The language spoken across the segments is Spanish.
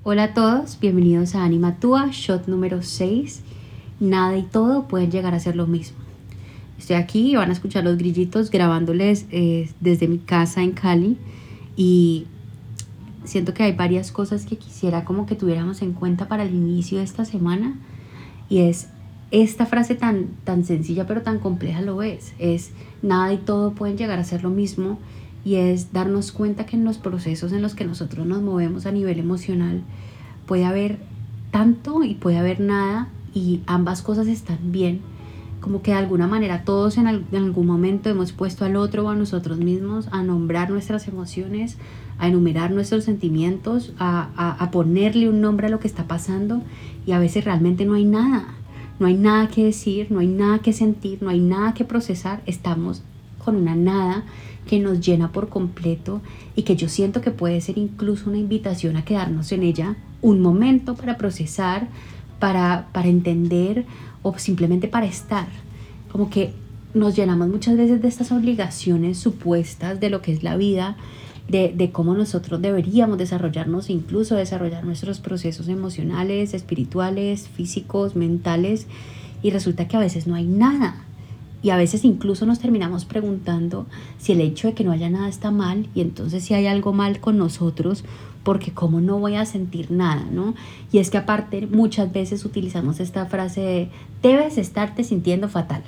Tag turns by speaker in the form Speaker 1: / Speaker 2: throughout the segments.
Speaker 1: Hola a todos, bienvenidos a Anima Tua, shot número 6. Nada y todo pueden llegar a ser lo mismo. Estoy aquí y van a escuchar los grillitos grabándoles desde mi casa en Cali. Y siento que hay varias cosas que quisiera como que tuviéramos en cuenta para el inicio de esta semana. Y es esta frase tan sencilla pero tan compleja lo es. Es nada y todo pueden llegar a ser lo mismo. Y es darnos cuenta que en los procesos en los que nosotros nos movemos a nivel emocional puede haber tanto y puede haber nada, y ambas cosas están bien. Como que de alguna manera todos en algún momento hemos puesto al otro o a nosotros mismos a nombrar nuestras emociones, a enumerar nuestros sentimientos, a ponerle un nombre a lo que está pasando, y a veces realmente no hay nada. No hay nada que decir, no hay nada que sentir, no hay nada que procesar. Estamos con una nada que nos llena por completo y que yo siento que puede ser incluso una invitación a quedarnos en ella un momento para procesar, para entender o simplemente para estar. Como que nos llenamos muchas veces de estas obligaciones supuestas de lo que es la vida, de cómo nosotros deberíamos desarrollarnos, incluso desarrollar nuestros procesos emocionales, espirituales, físicos, mentales, y resulta que a veces no hay nada. Y a veces incluso nos terminamos preguntando si el hecho de que no haya nada está mal, y entonces si hay algo mal con nosotros, porque cómo no voy a sentir nada, ¿no? Y es que aparte muchas veces utilizamos esta frase de debes estarte sintiendo fatal,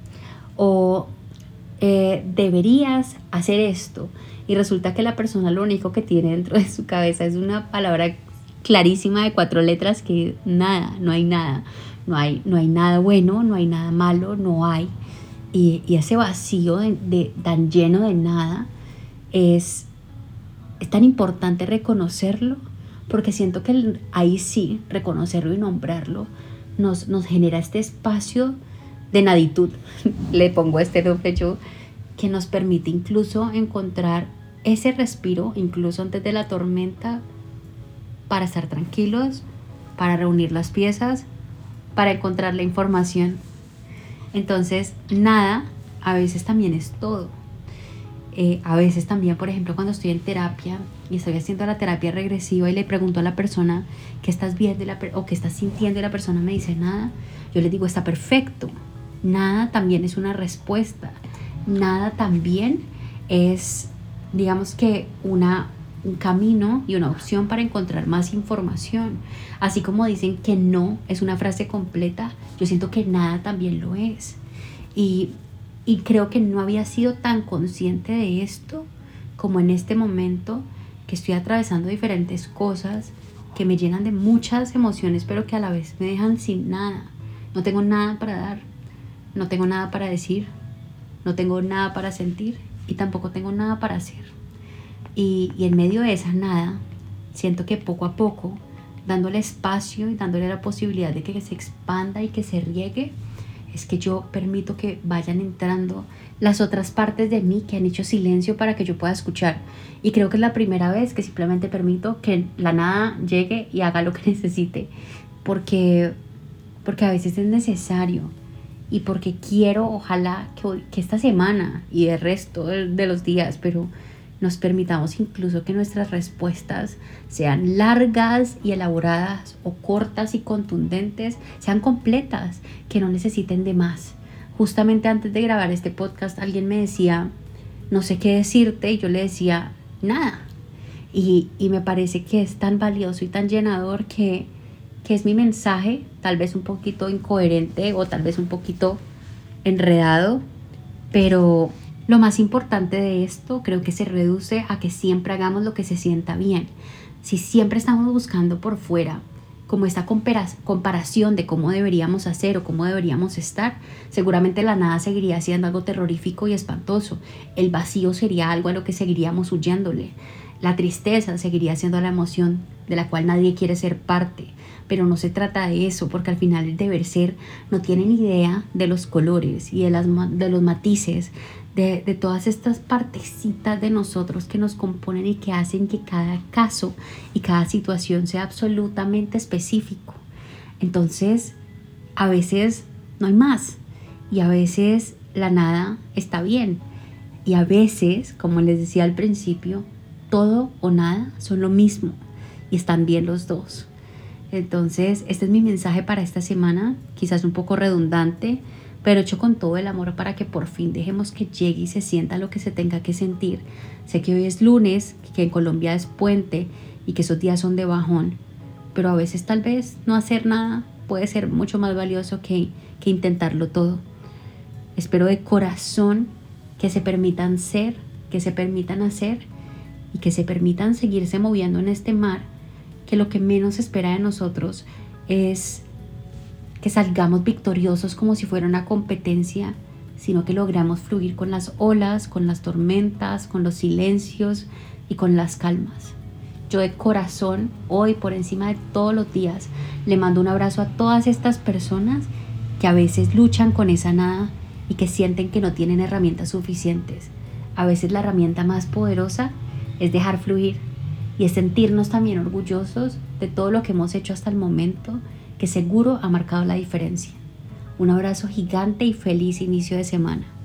Speaker 1: o deberías hacer esto, y resulta que la persona lo único que tiene dentro de su cabeza es una palabra clarísima de 4 letras que nada, no hay nada, no hay nada bueno, no hay nada malo, no hay. Y ese vacío tan lleno de nada es tan importante reconocerlo, porque siento que ahí sí, reconocerlo y nombrarlo nos genera este espacio de naditud, le pongo este nombre yo, que nos permite incluso encontrar ese respiro, incluso antes de la tormenta, para estar tranquilos, para reunir las piezas, para encontrar la información. Entonces, nada a veces también es todo. A veces también, por ejemplo, cuando estoy en terapia y estoy haciendo la terapia regresiva y le pregunto a la persona qué estás viendo o qué estás sintiendo, y la persona me dice nada, yo le digo está perfecto. Nada también es una respuesta. Nada también es, digamos que un camino y una opción para encontrar más información. Así como dicen que no es una frase completa, yo siento que nada también lo es. Y creo que no había sido tan consciente de esto como en este momento, que estoy atravesando diferentes cosas que me llenan de muchas emociones, pero que a la vez me dejan sin nada. No tengo nada para dar, no tengo nada para decir, no tengo nada para sentir, y tampoco tengo nada para hacer. Y en medio de esa nada, siento que poco a poco, dándole espacio y dándole la posibilidad de que se expanda y que se riegue, es que yo permito que vayan entrando las otras partes de mí que han hecho silencio para que yo pueda escuchar. Y creo que es la primera vez que simplemente permito que la nada llegue y haga lo que necesite, porque a veces es necesario, y porque quiero, ojalá, que esta semana y el resto de los días, pero nos permitamos incluso que nuestras respuestas sean largas y elaboradas, o cortas y contundentes, sean completas, que no necesiten de más. Justamente antes de grabar este podcast, alguien me decía, no sé qué decirte, y yo le decía, nada. Y me parece que es tan valioso y tan llenador que es mi mensaje, tal vez un poquito incoherente o tal vez un poquito enredado, pero lo más importante de esto creo que se reduce a que siempre hagamos lo que se sienta bien. Si siempre estamos buscando por fuera como esta comparación de cómo deberíamos hacer o cómo deberíamos estar, seguramente la nada seguiría siendo algo terrorífico y espantoso. El vacío sería algo a lo que seguiríamos huyéndole. La tristeza seguiría siendo la emoción de la cual nadie quiere ser parte. Pero no se trata de eso, porque al final el deber ser no tiene ni idea de los colores y de los matices, de todas estas partecitas de nosotros que nos componen y que hacen que cada caso y cada situación sea absolutamente específico. Entonces, a veces no hay más, y a veces la nada está bien, y a veces, como les decía al principio, todo o nada son lo mismo. y están bien los dos. Entonces, este es mi mensaje para esta semana, quizás un poco redundante, pero hecho con todo el amor para que por fin dejemos que llegue y se sienta lo que se tenga que sentir. Sé que hoy es lunes, que en Colombia es puente y que esos días son de bajón, pero a veces tal vez no hacer nada puede ser mucho más valioso que intentarlo todo. Espero de corazón que se permitan ser, que se permitan hacer y que se permitan seguirse moviendo en este mar, que lo que menos se espera de nosotros es que salgamos victoriosos como si fuera una competencia, sino que logramos fluir con las olas, con las tormentas, con los silencios y con las calmas. Yo de corazón, hoy por encima de todos los días, le mando un abrazo a todas estas personas que a veces luchan con esa nada y que sienten que no tienen herramientas suficientes. A veces la herramienta más poderosa es dejar fluir y es sentirnos también orgullosos de todo lo que hemos hecho hasta el momento, que seguro ha marcado la diferencia. Un abrazo gigante y feliz inicio de semana.